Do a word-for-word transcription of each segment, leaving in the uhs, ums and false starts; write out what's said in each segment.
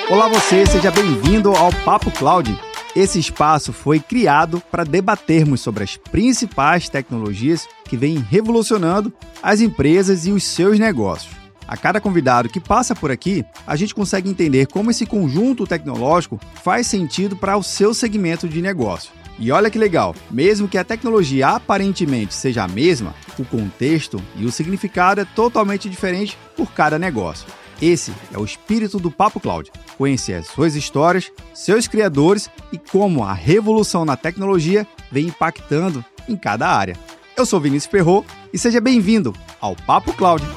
Olá você, seja bem-vindo ao Papo Cloud. Esse espaço foi criado para debatermos sobre as principais tecnologias que vêm revolucionando as empresas e os seus negócios. A cada convidado que passa por aqui, a gente consegue entender como esse conjunto tecnológico faz sentido para o seu segmento de negócio. E olha que legal, mesmo que a tecnologia aparentemente seja a mesma, o contexto e o significado é totalmente diferente por cada negócio. Esse é o espírito do Papo Cloud, conhecer as suas histórias, seus criadores e como a revolução na tecnologia vem impactando em cada área. Eu sou Vinícius Perrot e seja bem-vindo ao Papo Cloud.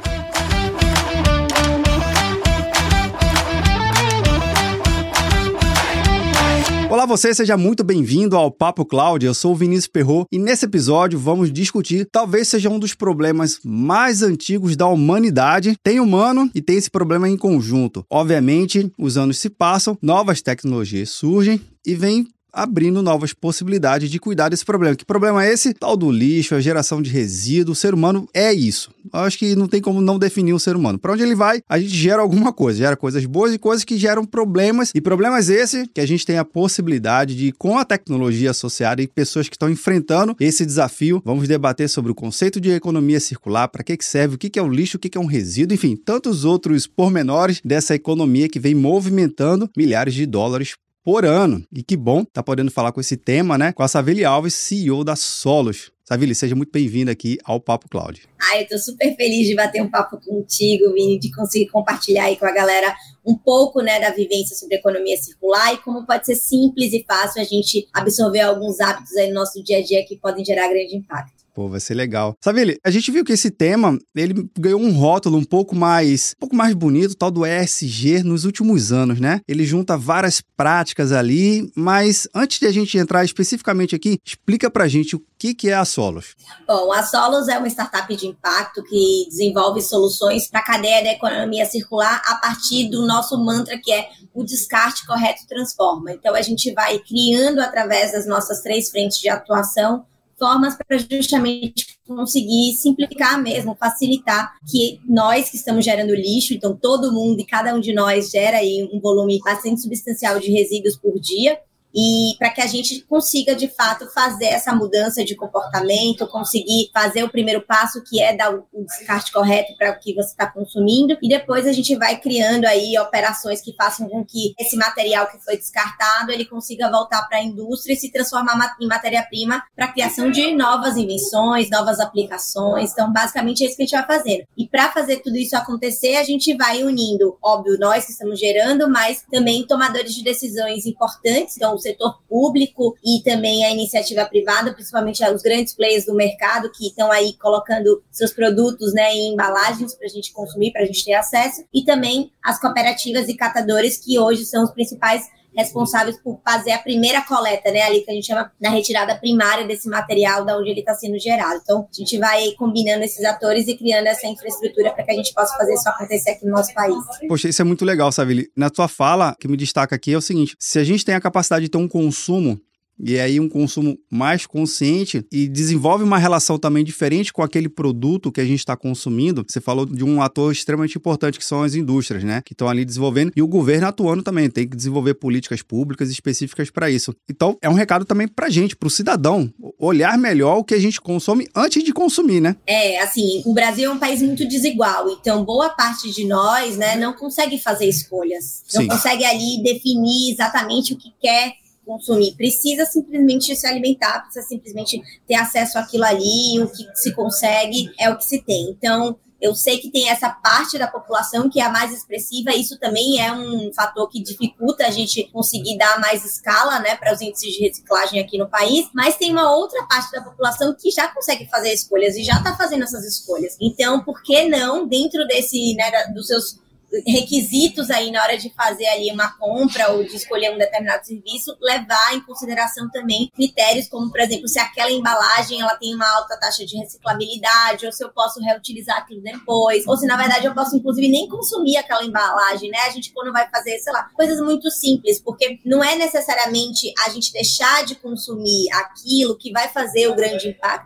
Olá você, seja muito bem-vindo ao Papo Cloud, eu sou o Vinícius Perrot e nesse episódio vamos discutir, talvez seja um dos problemas mais antigos da humanidade. Tem humano e tem esse problema em conjunto. Obviamente, os anos se passam, novas tecnologias surgem e vêm abrindo novas possibilidades de cuidar desse problema. Que problema é esse? Tal do lixo, a geração de resíduos. O ser humano é isso. Eu acho que não tem como não definir o ser humano. Para onde ele vai, a gente gera alguma coisa. Gera coisas boas e coisas que geram problemas. E problemas esse que a gente tem a possibilidade de, com a tecnologia associada e pessoas que estão enfrentando esse desafio, vamos debater sobre o conceito de economia circular, para que que serve, o que que é o lixo, o que que é um resíduo, enfim, tantos outros pormenores dessa economia que vem movimentando milhares de dólares por ano. E que bom tá podendo falar com esse tema, né? Com a Savile Alves, C E O da Solos. Savile, seja muito bem-vinda aqui ao Papo Cloud. Ah, eu tô super feliz de bater um papo contigo, Vini, de conseguir compartilhar aí com a galera um pouco, né, da vivência sobre economia circular e como pode ser simples e fácil a gente absorver alguns hábitos aí no nosso dia a dia que podem gerar grande impacto. Pô, vai ser legal. Savile, a gente viu que esse tema, ele ganhou um rótulo um pouco mais, um pouco mais bonito, tal do E S G, nos últimos anos, né? Ele junta várias práticas ali, mas antes de a gente entrar especificamente aqui, explica pra gente o que que é a Solos. Bom, a Solos é uma startup de impacto que desenvolve soluções para a cadeia da economia circular a partir do nosso mantra, que é o descarte correto transforma. Então, a gente vai criando, através das nossas três frentes de atuação, formas para justamente conseguir simplificar mesmo, facilitar que nós que estamos gerando lixo, então todo mundo e cada um de nós gera aí um volume bastante substancial de resíduos por dia, e para que a gente consiga, de fato, fazer essa mudança de comportamento, conseguir fazer o primeiro passo, que é dar o descarte correto para o que você está consumindo, e depois a gente vai criando aí operações que façam com que esse material que foi descartado, ele consiga voltar para a indústria e se transformar em matéria-prima para a criação de novas invenções, novas aplicações. Então, basicamente, é isso que a gente vai fazendo. E para fazer tudo isso acontecer, a gente vai unindo, óbvio, nós que estamos gerando, mas também tomadores de decisões importantes, então, o setor público e também a iniciativa privada, principalmente os grandes players do mercado que estão aí colocando seus produtos, né, em embalagens para a gente consumir, para a gente ter acesso, e também as cooperativas e catadores que hoje são os principais responsáveis por fazer a primeira coleta, né, ali que a gente chama na retirada primária desse material da onde ele está sendo gerado. Então, a gente vai combinando esses atores e criando essa infraestrutura para que a gente possa fazer isso acontecer aqui no nosso país. Poxa, isso é muito legal, Savile. Na tua fala, o que me destaca aqui é o seguinte: se a gente tem a capacidade de ter um consumo, e aí um consumo mais consciente e desenvolve uma relação também diferente com aquele produto que a gente está consumindo. Você falou de um ator extremamente importante, que são as indústrias, né? Que estão ali desenvolvendo, e o governo atuando também, tem que desenvolver políticas públicas específicas para isso. Então, é um recado também para a gente, para o cidadão, olhar melhor o que a gente consome antes de consumir, né? É, assim, o Brasil é um país muito desigual, então boa parte de nós, né, não consegue fazer escolhas, não Sim. consegue ali definir exatamente o que quer consumir, precisa simplesmente se alimentar, precisa simplesmente ter acesso àquilo ali, o que se consegue é o que se tem. Então, eu sei que tem essa parte da população que é a mais expressiva, isso também é um fator que dificulta a gente conseguir dar mais escala, né, para os índices de reciclagem aqui no país, mas tem uma outra parte da população que já consegue fazer escolhas e já está fazendo essas escolhas. Então, por que não, dentro desse, né, dos seus requisitos aí na hora de fazer ali uma compra ou de escolher um determinado serviço, levar em consideração também critérios como, por exemplo, se aquela embalagem ela tem uma alta taxa de reciclabilidade, ou se eu posso reutilizar aquilo depois, ou se na verdade eu posso inclusive nem consumir aquela embalagem, né? A gente quando vai fazer, sei lá, coisas muito simples, porque não é necessariamente a gente deixar de consumir aquilo que vai fazer o grande impacto.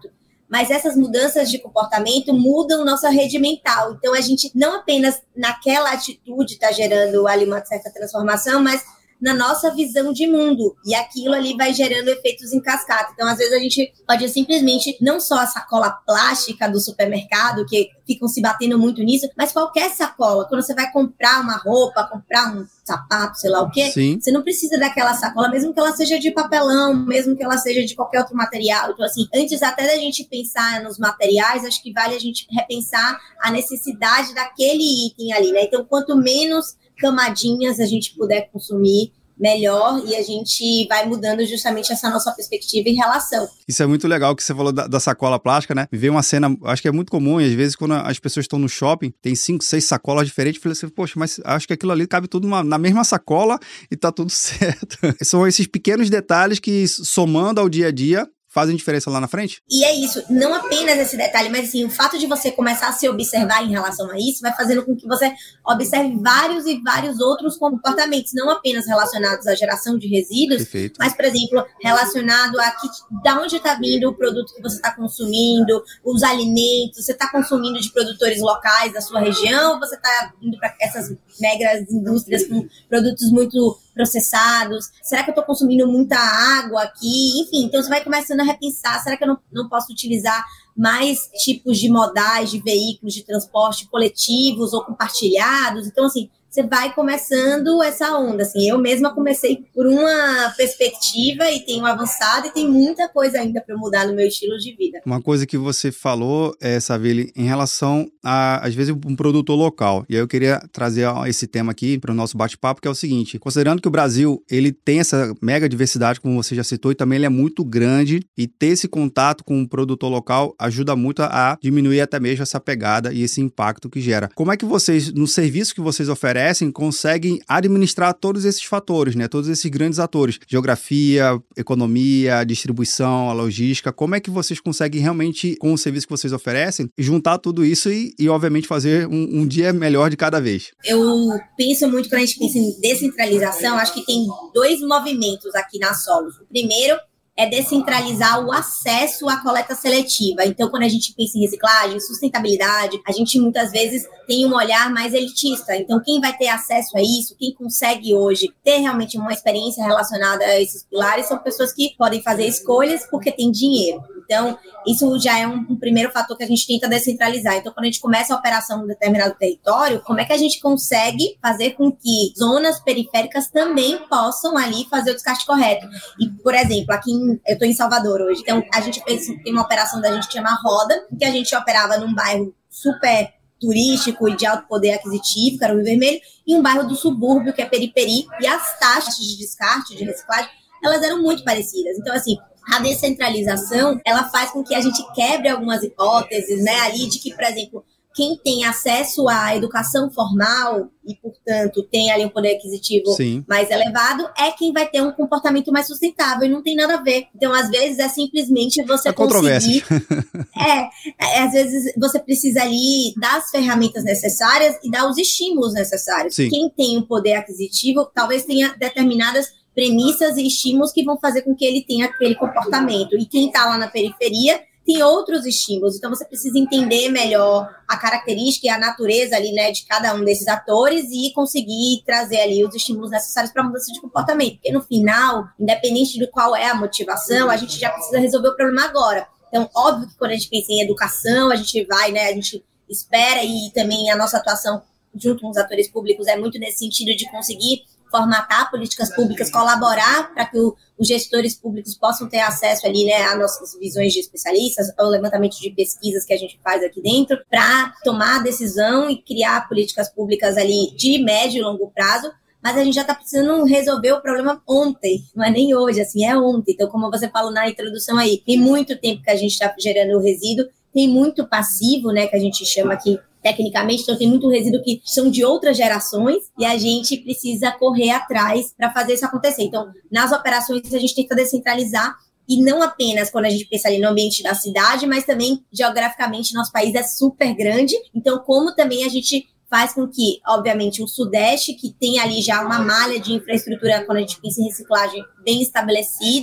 mas essas mudanças de comportamento mudam nossa rede mental. Então, a gente não apenas naquela atitude está gerando ali uma certa transformação, mas na nossa visão de mundo, e aquilo ali vai gerando efeitos em cascata. Então, às vezes, a gente pode simplesmente, não só a sacola plástica do supermercado, que ficam se batendo muito nisso, mas qualquer sacola. Quando você vai comprar uma roupa, comprar um sapato, sei lá o quê, Sim. Você não precisa daquela sacola, mesmo que ela seja de papelão, mesmo que ela seja de qualquer outro material. Então, assim, antes até da gente pensar nos materiais, acho que vale a gente repensar a necessidade daquele item ali, né? Então, quanto menos camadinhas a gente puder consumir, melhor, e a gente vai mudando justamente essa nossa perspectiva em relação. Isso é muito legal que você falou da, da sacola plástica, né? Me veio uma cena, acho que é muito comum, e às vezes quando as pessoas estão no shopping, tem cinco, seis sacolas diferentes, eu falei assim, poxa, mas acho que aquilo ali cabe tudo numa, na mesma sacola e tá tudo certo. São esses pequenos detalhes que, somando ao dia a dia, fazem diferença lá na frente? E é isso, não apenas esse detalhe, mas assim, o fato de você começar a se observar em relação a isso vai fazendo com que você observe vários e vários outros comportamentos, não apenas relacionados à geração de resíduos, Perfeito. mas, por exemplo, relacionado a que, da onde está vindo o produto que você está consumindo, os alimentos, você está consumindo de produtores locais da sua região, ou você está indo para essas megas indústrias com produtos muito processados? Será que eu estou consumindo muita água aqui? Enfim, então você vai começando a repensar, será que eu não, não posso utilizar mais tipos de modais, de veículos de transporte coletivos ou compartilhados? Então, assim, você vai começando essa onda, assim, eu mesma comecei por uma perspectiva e tenho avançado e tem muita coisa ainda para mudar no meu estilo de vida. Uma coisa que você falou, é, Savilly, em relação a, às vezes, um produtor local, e aí eu queria trazer esse tema aqui para o nosso bate-papo, que é o seguinte, considerando que o Brasil, ele tem essa mega diversidade, como você já citou, e também ele é muito grande, e ter esse contato com o produtor local ajuda muito a diminuir até mesmo essa pegada e esse impacto que gera. Como é que vocês, no serviço que vocês oferecem, conseguem administrar todos esses fatores, né? Todos esses grandes atores. Geografia, economia, distribuição, a logística. Como é que vocês conseguem realmente, com o serviço que vocês oferecem, juntar tudo isso e, e obviamente, fazer um, um dia melhor de cada vez? Eu penso muito, quando a gente pensa em descentralização, acho que tem dois movimentos aqui na Solos. O primeiro é descentralizar o acesso à coleta seletiva. Então, quando a gente pensa em reciclagem, sustentabilidade, a gente muitas vezes tem um olhar mais elitista. Então, quem vai ter acesso a isso, quem consegue hoje ter realmente uma experiência relacionada a esses pilares, são pessoas que podem fazer escolhas porque têm dinheiro. Então, isso já é um, um primeiro fator que a gente tenta descentralizar. Então, quando a gente começa a operação em um determinado território, como é que a gente consegue fazer com que zonas periféricas também possam ali fazer o descarte correto? E, por exemplo, aqui em, eu estou em Salvador hoje, então a gente fez, tem uma operação da gente que chama Roda, que a gente operava num bairro super turístico e de alto poder aquisitivo, que era o Rio Vermelho, e um bairro do subúrbio, que é Periperi, e as taxas de descarte, de reciclagem, elas eram muito parecidas. Então, assim, a descentralização, ela faz com que a gente quebre algumas hipóteses, né, ali de que, por exemplo, quem tem acesso à educação formal e, portanto, tem ali um poder aquisitivo Sim. mais elevado, é quem vai ter um comportamento mais sustentável, e não tem nada a ver. Então, às vezes, é simplesmente você a conseguir... é, é, às vezes, você precisa ali dar as ferramentas necessárias e dar os estímulos necessários. Sim. Quem tem um poder aquisitivo, talvez tenha determinadas premissas e estímulos que vão fazer com que ele tenha aquele comportamento. E quem está lá na periferia tem outros estímulos. Então, você precisa entender melhor a característica e a natureza ali, né, de cada um desses atores e conseguir trazer ali os estímulos necessários para a mudança de comportamento. Porque, no final, independente de qual é a motivação, a gente já precisa resolver o problema agora. Então, óbvio que quando a gente pensa em educação, a gente vai, né, a gente espera, e também a nossa atuação junto com os atores públicos é muito nesse sentido de conseguir formatar políticas públicas, colaborar para que o, os gestores públicos possam ter acesso ali, né, a nossas visões de especialistas, ao levantamento de pesquisas que a gente faz aqui dentro, para tomar a decisão e criar políticas públicas ali de médio e longo prazo. Mas a gente já está precisando resolver o problema ontem, não é nem hoje, assim, é ontem. Então, como você falou na introdução aí, tem muito tempo que a gente está gerando o resíduo, tem muito passivo, né, que a gente chama aqui tecnicamente, então tem muito resíduo que são de outras gerações e a gente precisa correr atrás para fazer isso acontecer. Então, nas operações a gente tenta descentralizar, e não apenas quando a gente pensa ali no ambiente da cidade, mas também geograficamente nosso país é super grande, então como também a gente faz com que, obviamente, o Sudeste, que tem ali já uma malha de infraestrutura, quando a gente pensa em reciclagem, bem estabelecida,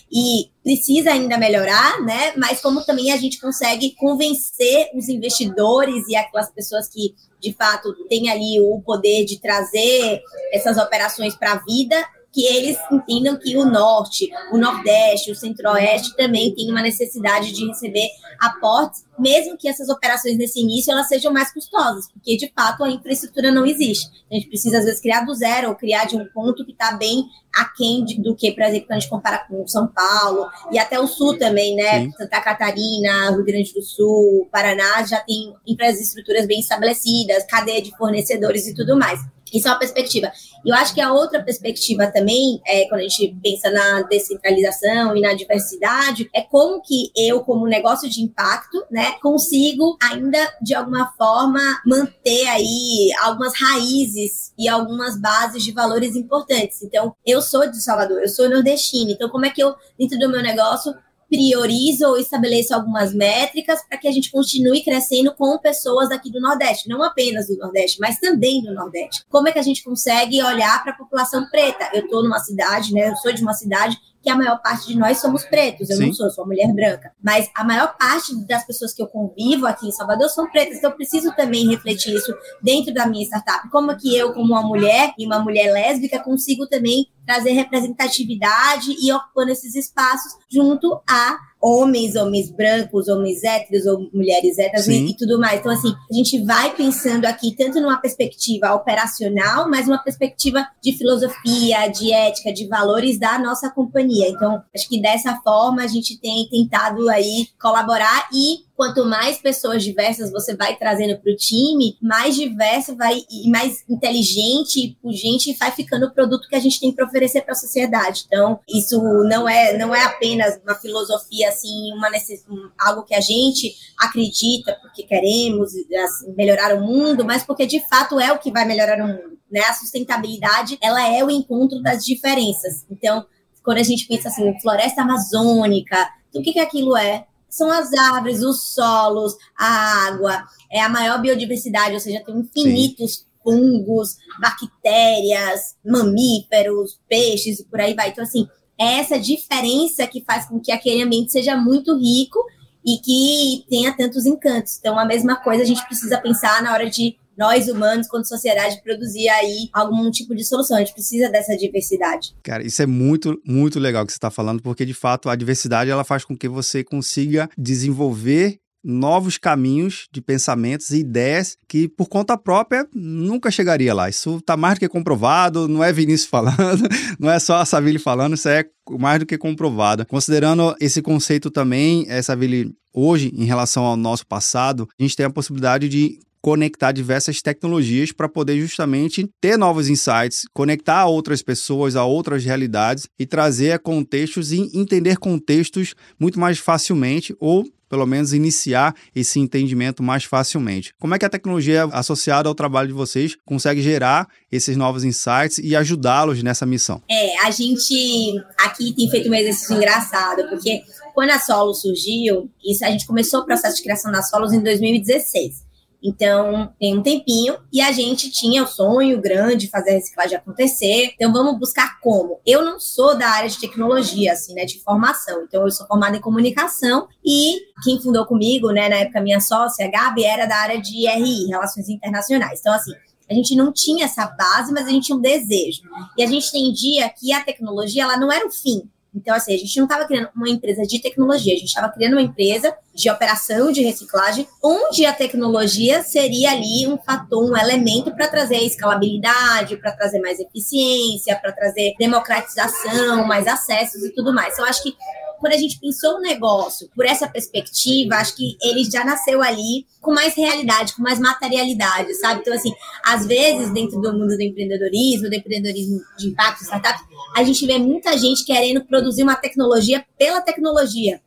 e precisa ainda melhorar, né? Mas como também a gente consegue convencer os investidores e aquelas pessoas que, de fato, têm ali o poder de trazer essas operações para a vida, que eles entendam que o Norte, o Nordeste, o Centro-Oeste também tem uma necessidade de receber aportes, mesmo que essas operações nesse início elas sejam mais custosas, porque de fato a infraestrutura não existe. A gente precisa às vezes criar do zero ou criar de um ponto que está bem aquém de, do que, por exemplo, quando a gente compara com São Paulo e até o Sul também, né? Sim. Santa Catarina, Rio Grande do Sul, Paraná já tem infraestruturas bem estabelecidas, cadeia de fornecedores e tudo mais. Isso é uma perspectiva. E eu acho que a outra perspectiva também, é, quando a gente pensa na descentralização e na diversidade, é como que eu, como negócio de impacto, né, consigo ainda, de alguma forma, manter aí algumas raízes e algumas bases de valores importantes. Então, eu sou de Salvador, eu sou nordestina, então como é que eu, dentro do meu negócio, priorizo ou estabeleço algumas métricas para que a gente continue crescendo com pessoas aqui do Nordeste, não apenas do Nordeste, mas também do Nordeste. Como é que a gente consegue olhar para a população preta? Eu estou numa cidade, né? Eu sou de uma cidade que a maior parte de nós somos pretos, eu Sim. não sou, eu sou uma mulher branca, mas a maior parte das pessoas que eu convivo aqui em Salvador são pretas, então eu preciso também refletir isso dentro da minha startup, como que eu, como uma mulher e uma mulher lésbica, consigo também trazer representatividade e ocupando esses espaços junto a homens, homens brancos, homens héteros ou mulheres héteras e, e tudo mais. Então, assim, a gente vai pensando aqui tanto numa perspectiva operacional, mas uma perspectiva de filosofia, de ética, de valores da nossa companhia. Então, acho que dessa forma a gente tem tentado aí colaborar e quanto mais pessoas diversas você vai trazendo para o time, mais diverso vai e mais inteligente e pungente vai ficando o produto que a gente tem para oferecer para a sociedade. Então, isso não é, não é apenas uma filosofia, assim, uma necess... algo que a gente acredita porque queremos assim, melhorar o mundo, mas porque de fato é o que vai melhorar o mundo, né? A sustentabilidade, ela é o encontro das diferenças. Então, quando a gente pensa assim, floresta amazônica, o que que aquilo é? São as árvores, os solos, a água, é a maior biodiversidade, ou seja, tem infinitos Sim. fungos, bactérias, mamíferos, peixes e por aí vai. Então, assim, é essa diferença que faz com que aquele ambiente seja muito rico e que tenha tantos encantos. Então, a mesma coisa a gente precisa pensar na hora de nós, humanos, quando sociedade, produzir aí algum tipo de solução. A gente precisa dessa diversidade. Cara, isso é muito, muito legal que você está falando, porque, de fato, a diversidade ela faz com que você consiga desenvolver novos caminhos de pensamentos e ideias que, por conta própria, nunca chegaria lá. Isso está mais do que comprovado, não é Vinícius falando, não é só a Saville falando, isso é mais do que comprovado. Considerando esse conceito também, é, Saville, hoje, em relação ao nosso passado, a gente tem a possibilidade de conectar diversas tecnologias para poder justamente ter novos insights, conectar a outras pessoas, a outras realidades e trazer contextos e entender contextos muito mais facilmente ou pelo menos iniciar esse entendimento mais facilmente. Como é que a tecnologia associada ao trabalho de vocês consegue gerar esses novos insights e ajudá-los nessa missão? É, a gente aqui tem feito um exercício engraçado, porque quando a Solos surgiu, isso, a gente começou o processo de criação da Solos em dois mil e dezesseis. Então, tem um tempinho, e a gente tinha o sonho grande de fazer a reciclagem acontecer. Então, vamos buscar como. Eu não sou da área de tecnologia, assim, né, de formação. Então, eu sou formada em comunicação, e quem fundou comigo, né, na época, minha sócia, a Gabi, era da área de R I, Relações Internacionais. Então, assim, a gente não tinha essa base, mas a gente tinha um desejo. E a gente entendia que a tecnologia, ela não era o fim. Então, assim, a gente não estava criando uma empresa de tecnologia, a gente estava criando uma empresa de operação de reciclagem, onde a tecnologia seria ali um fator, um elemento para trazer escalabilidade, para trazer mais eficiência, para trazer democratização, mais acessos e tudo mais. Então, eu acho que quando a gente pensou o negócio por essa perspectiva, acho que ele já nasceu ali com mais realidade, com mais materialidade, sabe? Então, assim, às vezes, dentro do mundo do empreendedorismo, do empreendedorismo de impacto, startup, a gente vê muita gente querendo produzir uma tecnologia pela tecnologia.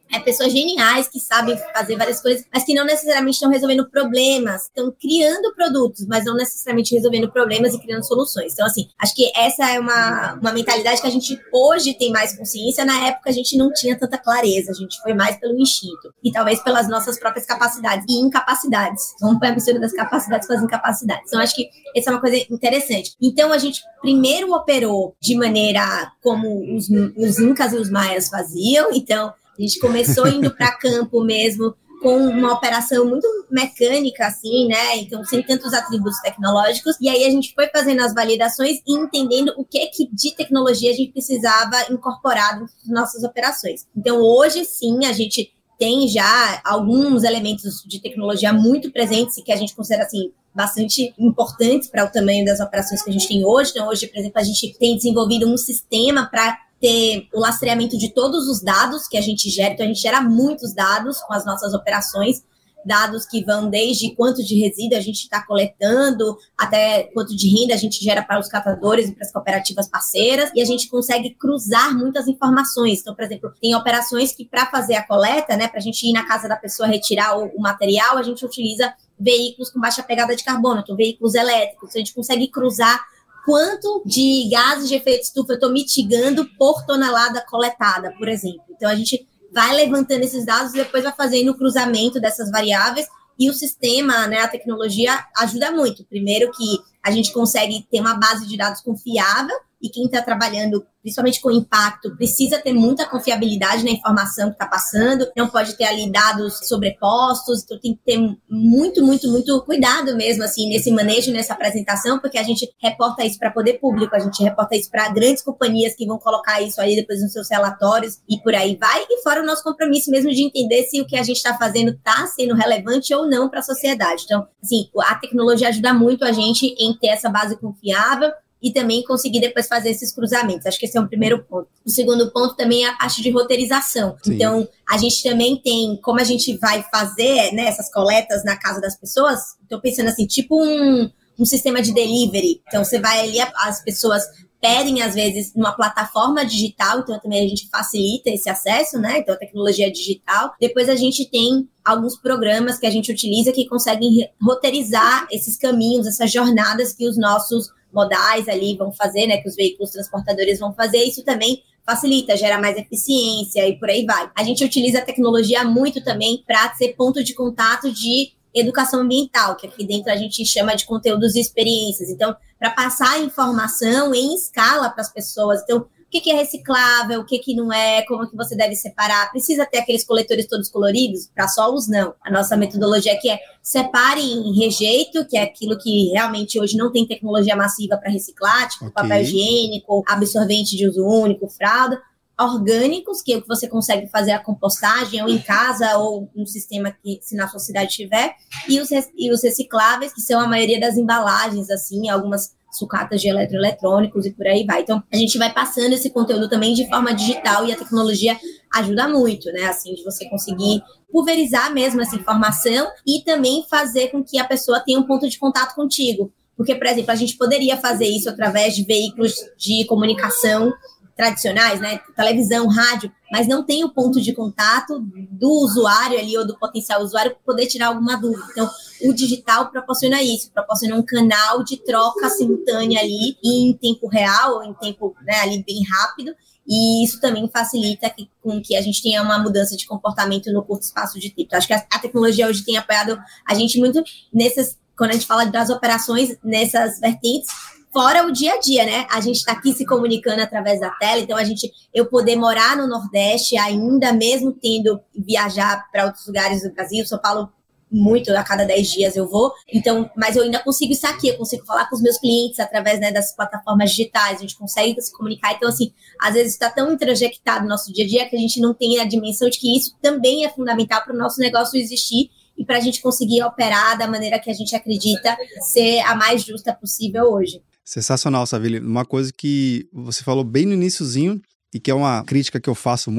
é, pessoas geniais que sabem fazer várias coisas, mas que não necessariamente estão resolvendo problemas, estão criando produtos, mas não necessariamente resolvendo problemas e criando soluções. Então, assim, acho que essa é uma, uma mentalidade que a gente hoje tem mais consciência. Na época a gente não tinha tanta clareza, a gente foi mais pelo instinto e talvez pelas nossas próprias capacidades e incapacidades. Vamos para a mistura das capacidades com as incapacidades. Então, acho que essa é uma coisa interessante. Então, a gente primeiro operou de maneira como os, os incas e os maias faziam. Então, a gente começou indo para campo mesmo, com uma operação muito mecânica, assim, né? Então, sem tantos atributos tecnológicos. E aí a gente foi fazendo as validações e entendendo o que, que de tecnologia a gente precisava incorporar nas nossas operações. Então, hoje, sim, a gente tem já alguns elementos de tecnologia muito presentes e que a gente considera, assim, bastante importantes para o tamanho das operações que a gente tem hoje. Então, hoje, por exemplo, a gente tem desenvolvido um sistema para ter o lastreamento de todos os dados que a gente gera. Então, a gente gera muitos dados com as nossas operações, dados que vão desde quanto de resíduo a gente está coletando, até quanto de renda a gente gera para os catadores e para as cooperativas parceiras, e a gente consegue cruzar muitas informações. Então, por exemplo, tem operações que para fazer a coleta, né, para a gente ir na casa da pessoa retirar o, o material, a gente utiliza veículos com baixa pegada de carbono, então veículos elétricos. A gente consegue cruzar quanto de gases de efeito estufa eu estou mitigando por tonelada coletada, por exemplo. Então, a gente vai levantando esses dados e depois vai fazendo o cruzamento dessas variáveis, e o sistema, né, a tecnologia ajuda muito. Primeiro que a gente consegue ter uma base de dados confiável, e quem está trabalhando, principalmente com impacto, precisa ter muita confiabilidade na informação que está passando, não pode ter ali dados sobrepostos, então tem que ter muito, muito, muito cuidado mesmo, assim, nesse manejo, nessa apresentação, porque a gente reporta isso para poder público, a gente reporta isso para grandes companhias que vão colocar isso aí depois nos seus relatórios e por aí vai, e fora o nosso compromisso mesmo de entender se o que a gente está fazendo está sendo relevante ou não para a sociedade. Então, assim, a tecnologia ajuda muito a gente em ter essa base confiável e também conseguir depois fazer esses cruzamentos. Acho que esse é o primeiro ponto. O segundo ponto também é a parte de roteirização. Sim. Então, a gente também tem, como a gente vai fazer, né, essas coletas na casa das pessoas, estou pensando assim, tipo um, um sistema de delivery. Então, você vai ali, as pessoas pedem, às vezes, numa plataforma digital, então também a gente facilita esse acesso, né? Então, a tecnologia é digital. Depois, a gente tem alguns programas que a gente utiliza que conseguem roteirizar esses caminhos, essas jornadas que os nossos modais ali vão fazer, né, que os veículos transportadores vão fazer. Isso também facilita, gera mais eficiência e por aí vai. A gente utiliza a tecnologia muito também para ser ponto de contato de educação ambiental, que aqui dentro a gente chama de conteúdos e experiências. Então, para passar a informação em escala para as pessoas. Então, o que, que é reciclável, o que, que não é, como que você deve separar. Precisa ter aqueles coletores todos coloridos? Para solos, não. A nossa metodologia aqui é separe em rejeito, que é aquilo que realmente hoje não tem tecnologia massiva para reciclar, tipo okay. papel higiênico, absorvente de uso único, fralda. Orgânicos, que é o que você consegue fazer a compostagem ou em casa ou um sistema que, se na sua cidade tiver, e os, e os recicláveis, que são a maioria das embalagens, assim, algumas sucatas de eletroeletrônicos e por aí vai. Então, a gente vai passando esse conteúdo também de forma digital e a tecnologia ajuda muito, né, assim, de você conseguir pulverizar mesmo essa informação e também fazer com que a pessoa tenha um ponto de contato contigo. Porque, por exemplo, a gente poderia fazer isso através de veículos de comunicação tradicionais, né, televisão, rádio, mas não tem o ponto de contato do usuário ali ou do potencial usuário para poder tirar alguma dúvida. Então, o digital proporciona isso, proporciona um canal de troca simultânea ali em tempo real ou em tempo, né, ali bem rápido, e isso também facilita que, com que a gente tenha uma mudança de comportamento no curto espaço de tempo. Então, acho que a, a tecnologia hoje tem apoiado a gente muito nessas, quando a gente fala das operações, nessas vertentes. Fora o dia a dia, né? A gente está aqui se comunicando através da tela, então a gente, eu poder morar no Nordeste ainda, mesmo tendo viajar para outros lugares do Brasil, São Paulo, muito, a cada dez dias eu vou, então, mas eu ainda consigo estar aqui, eu consigo falar com os meus clientes através, né, das plataformas digitais, a gente consegue se comunicar, então, assim, às vezes está tão introjectado no nosso dia a dia que a gente não tem a dimensão de que isso também é fundamental para o nosso negócio existir e para a gente conseguir operar da maneira que a gente acredita ser a mais justa possível hoje. Sensacional, Savile. Uma coisa que você falou bem no iniciozinho e que é uma crítica que eu faço muito ao,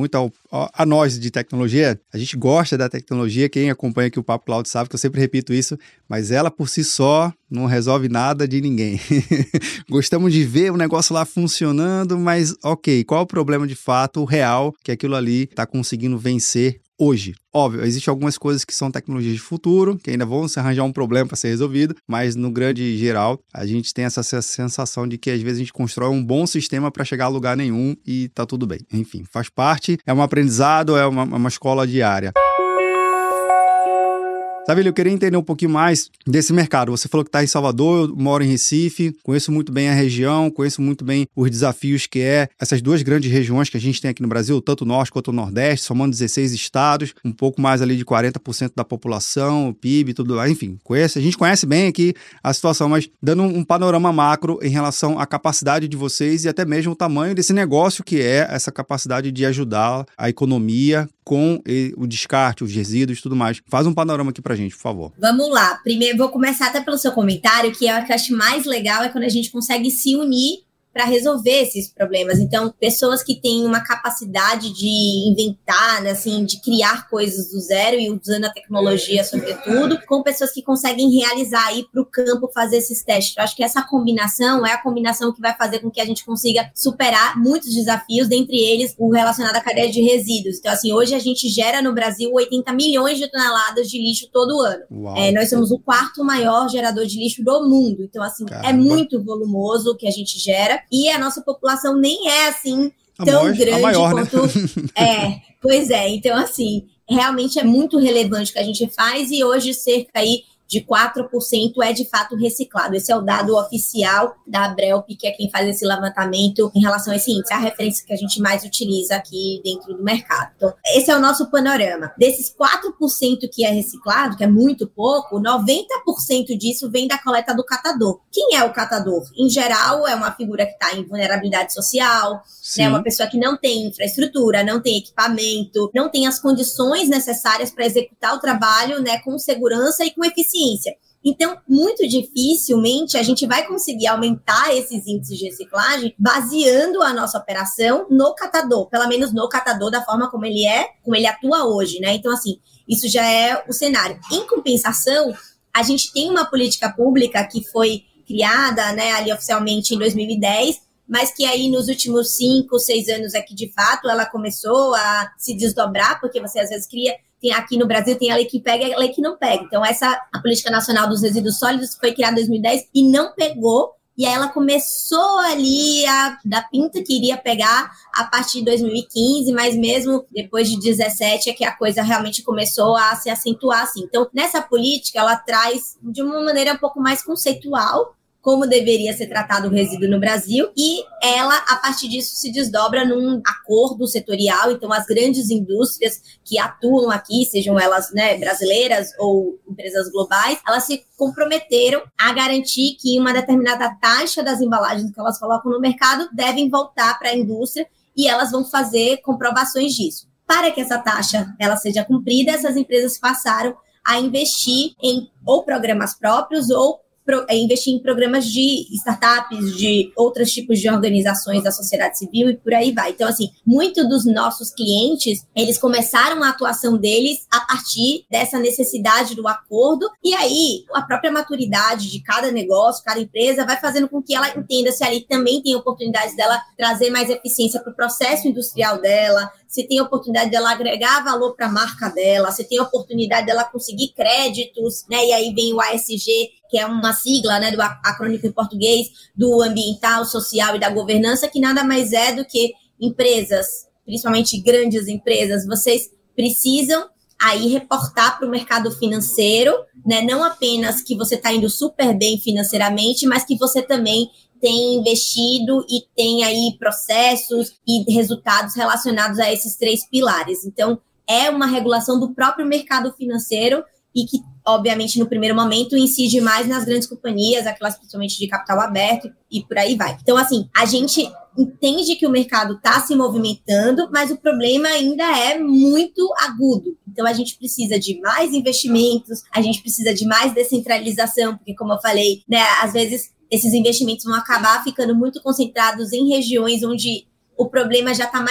a nós de tecnologia, a gente gosta da tecnologia, quem acompanha aqui o Papo Cloud sabe que eu sempre repito isso, mas ela por si só não resolve nada de ninguém. Gostamos de ver o negócio lá funcionando, mas ok, qual é o problema de fato, o real, que aquilo ali está conseguindo vencer hoje? Óbvio, existem algumas coisas que são tecnologias de futuro, que ainda vão se arranjar um problema para ser resolvido, mas no grande geral, a gente tem essa sensação de que às vezes a gente constrói um bom sistema para chegar a lugar nenhum e tá tudo bem. Enfim, faz parte, é um aprendizado, é uma, uma escola diária. Sabe, eu queria entender um pouquinho mais desse mercado. Você falou que está em Salvador, eu moro em Recife, conheço muito bem a região, conheço muito bem os desafios que é essas duas grandes regiões que a gente tem aqui no Brasil, tanto o Norte quanto o Nordeste, somando dezesseis estados, um pouco mais ali de quarenta por cento da população, o P I B, tudo lá, enfim, conhece, a gente conhece bem aqui a situação, mas dando um panorama macro em relação à capacidade de vocês e até mesmo o tamanho desse negócio que é essa capacidade de ajudar a economia com o descarte, os resíduos e tudo mais. Faz um panorama aqui pra gente, por favor. Vamos lá. Primeiro, vou começar até pelo seu comentário, que é o que eu acho mais legal, é quando a gente consegue se unir para resolver esses problemas. Então, pessoas que têm uma capacidade de inventar, né, assim, de criar coisas do zero e usando a tecnologia, sobretudo, com pessoas que conseguem realizar, ir para o campo fazer esses testes. Eu acho que essa combinação é a combinação que vai fazer com que a gente consiga superar muitos desafios, dentre eles o relacionado à cadeia de resíduos. Então, assim, hoje a gente gera no Brasil oitenta milhões de toneladas de lixo todo ano. É, nós somos o quarto maior gerador de lixo do mundo. Então, assim, Caramba. é muito volumoso o que a gente gera. E a nossa população nem é assim tão a grande a maior, quanto... Né? É, pois é. Então, assim, realmente é muito relevante o que a gente faz e hoje cerca aí de quatro por cento é de fato reciclado. Esse é o dado oficial da Abrelp, que é quem faz esse levantamento em relação a esse índice, é a referência que a gente mais utiliza aqui dentro do mercado. Então, esse é o nosso panorama. Desses quatro por cento que é reciclado, que é muito pouco, noventa por cento disso vem da coleta do catador. Quem é o catador? Em geral, é uma figura que está em vulnerabilidade social, né, uma pessoa que não tem infraestrutura, não tem equipamento, não tem as condições necessárias para executar o trabalho, né, com segurança e com eficiência. Então, muito dificilmente a gente vai conseguir aumentar esses índices de reciclagem baseando a nossa operação no catador, pelo menos no catador da forma como ele é, como ele atua hoje, né? Então, assim, isso já é o cenário. Em compensação, a gente tem uma política pública que foi criada, né, ali oficialmente em dois mil e dez, mas que aí nos últimos cinco, seis anos aqui, de fato, ela começou a se desdobrar, porque você às vezes cria... Tem, aqui no Brasil tem a lei que pega e a lei que não pega. Então, essa, a Política Nacional dos Resíduos Sólidos foi criada em dois mil e dez e não pegou. E aí ela começou ali a dar pinta que iria pegar a partir de dois mil e quinze, mas mesmo depois de dezessete é que a coisa realmente começou a se acentuar assim. Então, nessa política, ela traz de uma maneira um pouco mais conceitual como deveria ser tratado o resíduo no Brasil, e ela, a partir disso, se desdobra num acordo setorial. Então, as grandes indústrias que atuam aqui, sejam elas, né, brasileiras ou empresas globais, elas se comprometeram a garantir que uma determinada taxa das embalagens que elas colocam no mercado devem voltar para a indústria, e elas vão fazer comprovações disso. Para que essa taxa ela seja cumprida, essas empresas passaram a investir em ou programas próprios ou investir em programas de startups, de outros tipos de organizações da sociedade civil e por aí vai. Então, assim, muitos dos nossos clientes, eles começaram a atuação deles a partir dessa necessidade do acordo, e aí a própria maturidade de cada negócio, cada empresa, vai fazendo com que ela entenda se ali também tem oportunidades dela trazer mais eficiência para o processo industrial dela, se tem oportunidade dela agregar valor para a marca dela, se tem oportunidade dela conseguir créditos, né? E aí vem o A S G, que é uma sigla, né, do acrônimo em português, do ambiental, social e da governança, que nada mais é do que empresas, principalmente grandes empresas, vocês precisam aí reportar para o mercado financeiro, né, não apenas que você está indo super bem financeiramente, mas que você também tem investido e tem aí processos e resultados relacionados a esses três pilares. Então, é uma regulação do próprio mercado financeiro e que, obviamente, no primeiro momento, incide mais nas grandes companhias, aquelas principalmente de capital aberto e por aí vai. Então, assim, a gente entende que o mercado está se movimentando, mas o problema ainda é muito agudo. Então, a gente precisa de mais investimentos, a gente precisa de mais descentralização, porque, como eu falei, né, às vezes esses investimentos vão acabar ficando muito concentrados em regiões onde o problema já está mais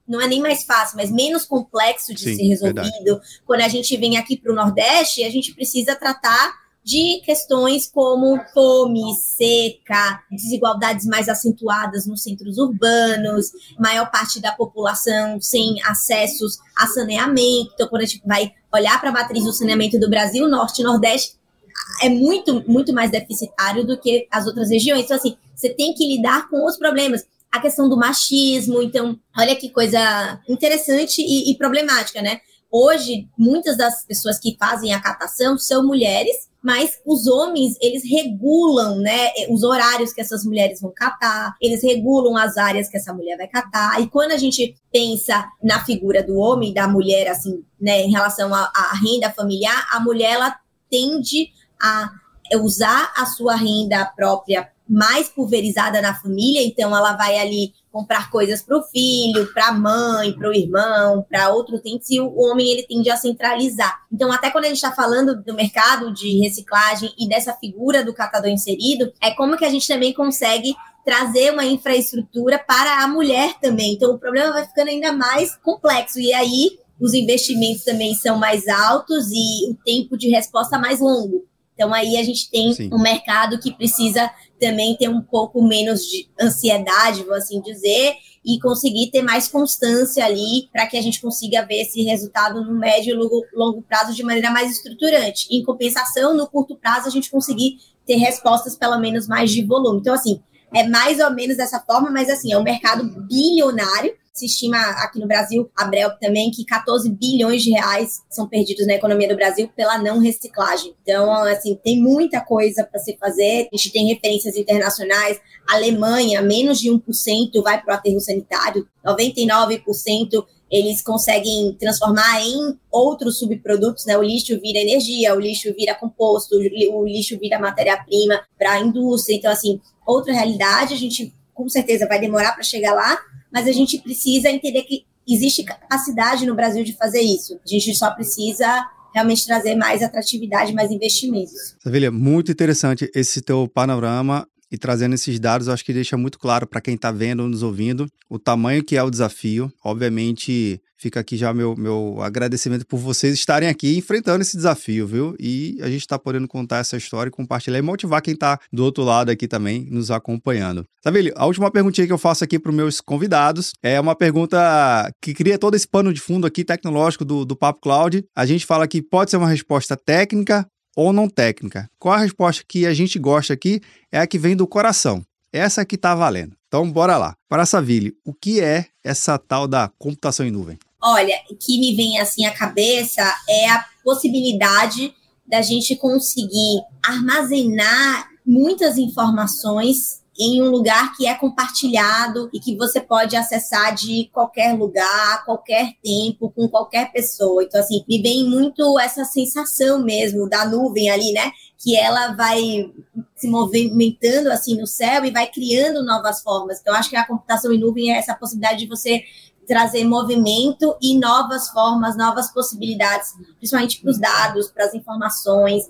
não é nem mais fácil, mas menos complexo de Sim, ser resolvido. verdade. Quando a gente vem aqui para o Nordeste, a gente precisa tratar de questões como fome, seca, desigualdades mais acentuadas nos centros urbanos, maior parte da população sem acessos a saneamento. Então, quando a gente vai olhar para a matriz do saneamento do Brasil, Norte e Nordeste, é muito, muito mais deficitário do que as outras regiões. Então, assim, você tem que lidar com os problemas. A questão do machismo, então, olha que coisa interessante e, e problemática, né? Hoje, muitas das pessoas que fazem a catação são mulheres, mas os homens, eles regulam, né, os horários que essas mulheres vão catar, eles regulam as áreas que essa mulher vai catar, e quando a gente pensa na figura do homem e da mulher, assim, né, em relação à, à renda familiar, a mulher, ela tende a usar a sua renda própria mais pulverizada na família, então ela vai ali comprar coisas para o filho, para a mãe, para o irmão, para outros entes, e o homem ele tende a centralizar. Então, até quando a gente está falando do mercado de reciclagem e dessa figura do catador inserido, é como que a gente também consegue trazer uma infraestrutura para a mulher também. Então, o problema vai ficando ainda mais complexo, e aí os investimentos também são mais altos e o tempo de resposta mais longo. Então, aí a gente tem Sim. um mercado que precisa também ter um pouco menos de ansiedade, vou assim dizer, e conseguir ter mais constância ali para que a gente consiga ver esse resultado no médio e longo, longo prazo de maneira mais estruturante. Em compensação, no curto prazo, a gente conseguir ter respostas pelo menos mais de volume. Então, assim, é mais ou menos dessa forma, mas assim, é um mercado bilionário. Se estima aqui no Brasil, a Brel também, que catorze bilhões de reais são perdidos na economia do Brasil pela não reciclagem. Então, assim, tem muita coisa para se fazer. A gente tem referências internacionais. A Alemanha, menos de um por cento vai para o aterro sanitário. noventa e nove por cento eles conseguem transformar em outros subprodutos, né? O lixo vira energia, o lixo vira composto, o lixo vira matéria-prima para a indústria. Então, assim, outra realidade, a gente com certeza vai demorar para chegar lá, mas a gente precisa entender que existe capacidade no Brasil de fazer isso. A gente só precisa realmente trazer mais atratividade, mais investimentos. Savilha, muito interessante esse teu panorama e trazendo esses dados, eu acho que deixa muito claro para quem está vendo ou nos ouvindo o tamanho que é o desafio. Obviamente, fica aqui já meu, meu agradecimento por vocês estarem aqui enfrentando esse desafio, viu? E a gente está podendo contar essa história, compartilhar e motivar quem está do outro lado aqui também, nos acompanhando. Savilha, a última perguntinha que eu faço aqui para os meus convidados é uma pergunta que cria todo esse pano de fundo aqui tecnológico do, do Papo Cloud. A gente fala que pode ser uma resposta técnica ou não técnica. Qual a resposta que a gente gosta aqui é a que vem do coração. Essa que tá valendo. Então, bora lá. Para Savilha, o que é essa tal da computação em nuvem? Olha, o que me vem assim à cabeça é a possibilidade da gente conseguir armazenar muitas informações em um lugar que é compartilhado e que você pode acessar de qualquer lugar, qualquer tempo, com qualquer pessoa. Então, assim, me vem muito essa sensação mesmo da nuvem ali, né? Que ela vai se movimentando assim no céu e vai criando novas formas. Então, acho que a computação em nuvem é essa possibilidade de você trazer movimento e novas formas, novas possibilidades, principalmente para os dados, para as informações,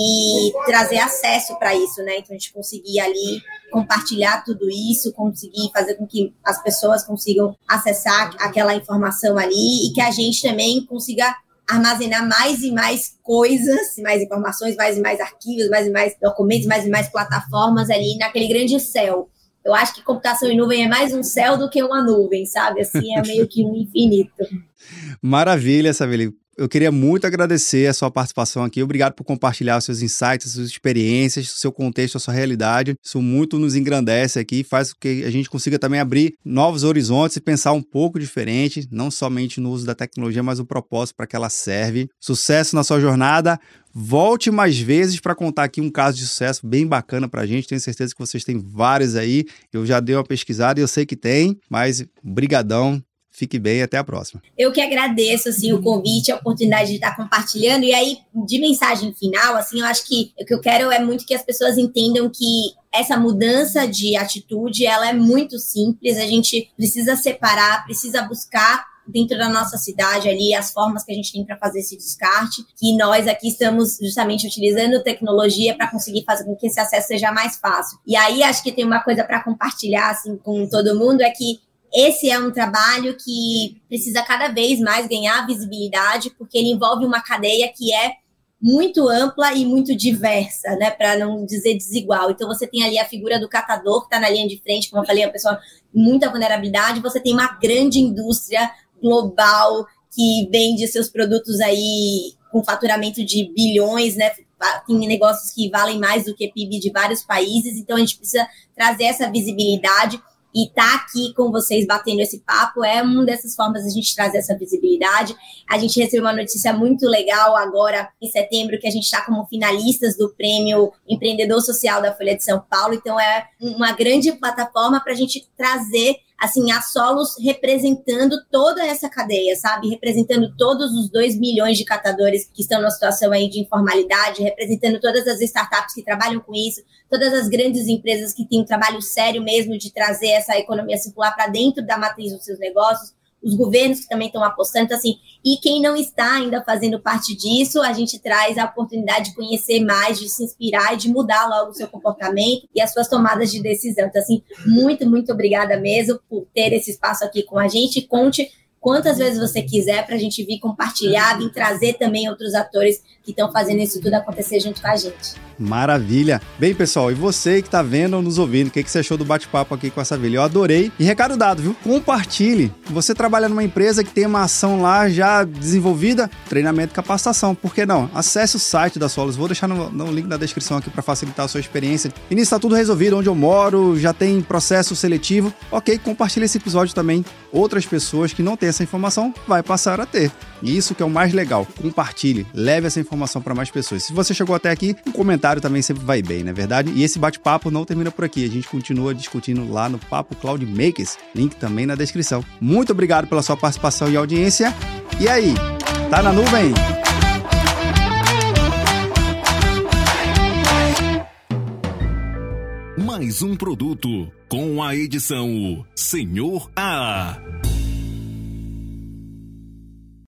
e trazer acesso para isso, né? Então, a gente conseguir ali compartilhar tudo isso, conseguir fazer com que as pessoas consigam acessar aquela informação ali e que a gente também consiga armazenar mais e mais coisas, mais informações, mais e mais arquivos, mais e mais documentos, mais e mais plataformas ali naquele grande céu. Eu acho que computação em nuvem é mais um céu do que uma nuvem, sabe? Assim, é meio que um infinito. Maravilha, Savilha. Eu queria muito agradecer a sua participação aqui. Obrigado por compartilhar os seus insights, as suas experiências, o seu contexto, a sua realidade. Isso muito nos engrandece aqui, faz com que a gente consiga também abrir novos horizontes e pensar um pouco diferente, não somente no uso da tecnologia, mas o propósito para que ela serve. Sucesso na sua jornada. Volte mais vezes para contar aqui um caso de sucesso bem bacana para a gente. Tenho certeza que vocês têm vários aí. Eu já dei uma pesquisada e eu sei que tem, mas brigadão. Fique bem e até a próxima. Eu que agradeço, assim, o convite, a oportunidade de estar compartilhando. E aí, de mensagem final, assim, eu acho que o que eu quero é muito que as pessoas entendam que essa mudança de atitude, ela é muito simples. A gente precisa separar, precisa buscar dentro da nossa cidade ali as formas que a gente tem para fazer esse descarte, que nós aqui estamos justamente utilizando tecnologia para conseguir fazer com que esse acesso seja mais fácil. E aí, acho que tem uma coisa para compartilhar, assim, com todo mundo, é que esse é um trabalho que precisa cada vez mais ganhar visibilidade, porque ele envolve uma cadeia que é muito ampla e muito diversa, né, para não dizer desigual. Então, você tem ali a figura do catador, que está na linha de frente, como eu falei, é uma pessoa com muita vulnerabilidade. Você tem uma grande indústria global que vende seus produtos aí com faturamento de bilhões, né, tem negócios que valem mais do que P I B de vários países. Então, a gente precisa trazer essa visibilidade. E estar tá aqui com vocês batendo esse papo é uma dessas formas de a gente trazer essa visibilidade. A gente recebeu uma notícia muito legal agora em setembro, que a gente está como finalistas do Prêmio Empreendedor Social da Folha de São Paulo. Então é uma grande plataforma para a gente trazer assim, a Solos representando toda essa cadeia, sabe? Representando todos os dois milhões de catadores que estão numa situação aí de informalidade, representando todas as startups que trabalham com isso, todas as grandes empresas que têm um trabalho sério mesmo de trazer essa economia circular para dentro da matriz dos seus negócios, os governos que também estão apostando, então, assim, e quem não está ainda fazendo parte disso, a gente traz a oportunidade de conhecer mais, de se inspirar e de mudar logo o seu comportamento e as suas tomadas de decisão. Então, assim, muito, muito obrigada mesmo por ter esse espaço aqui com a gente. Conte quantas vezes você quiser para a gente vir compartilhar, vir trazer também outros atores que estão fazendo isso tudo acontecer junto com a gente. Maravilha! Bem, pessoal, e você que está vendo ou nos ouvindo, o que, que você achou do bate-papo aqui com a Savilha? Eu adorei. E recado dado, viu? Compartilhe. Você trabalha numa empresa que tem uma ação lá já desenvolvida, treinamento e capacitação. Por que não? Acesse o site da Solos. Vou deixar no, no link na descrição aqui para facilitar a sua experiência. E nisso está tudo resolvido, onde eu moro, já tem processo seletivo. Ok, compartilhe esse episódio também. Outras pessoas que não têm essa informação vai passar a ter. E isso que é o mais legal. Compartilhe, leve essa informação para mais pessoas. Se você chegou até aqui, um comentário também sempre vai bem, não é verdade? E esse bate-papo não termina por aqui. A gente continua discutindo lá no Papo Cloud Makers. Link também na descrição. Muito obrigado pela sua participação e audiência. E aí, tá na nuvem? Mais um produto com a edição Senhor A.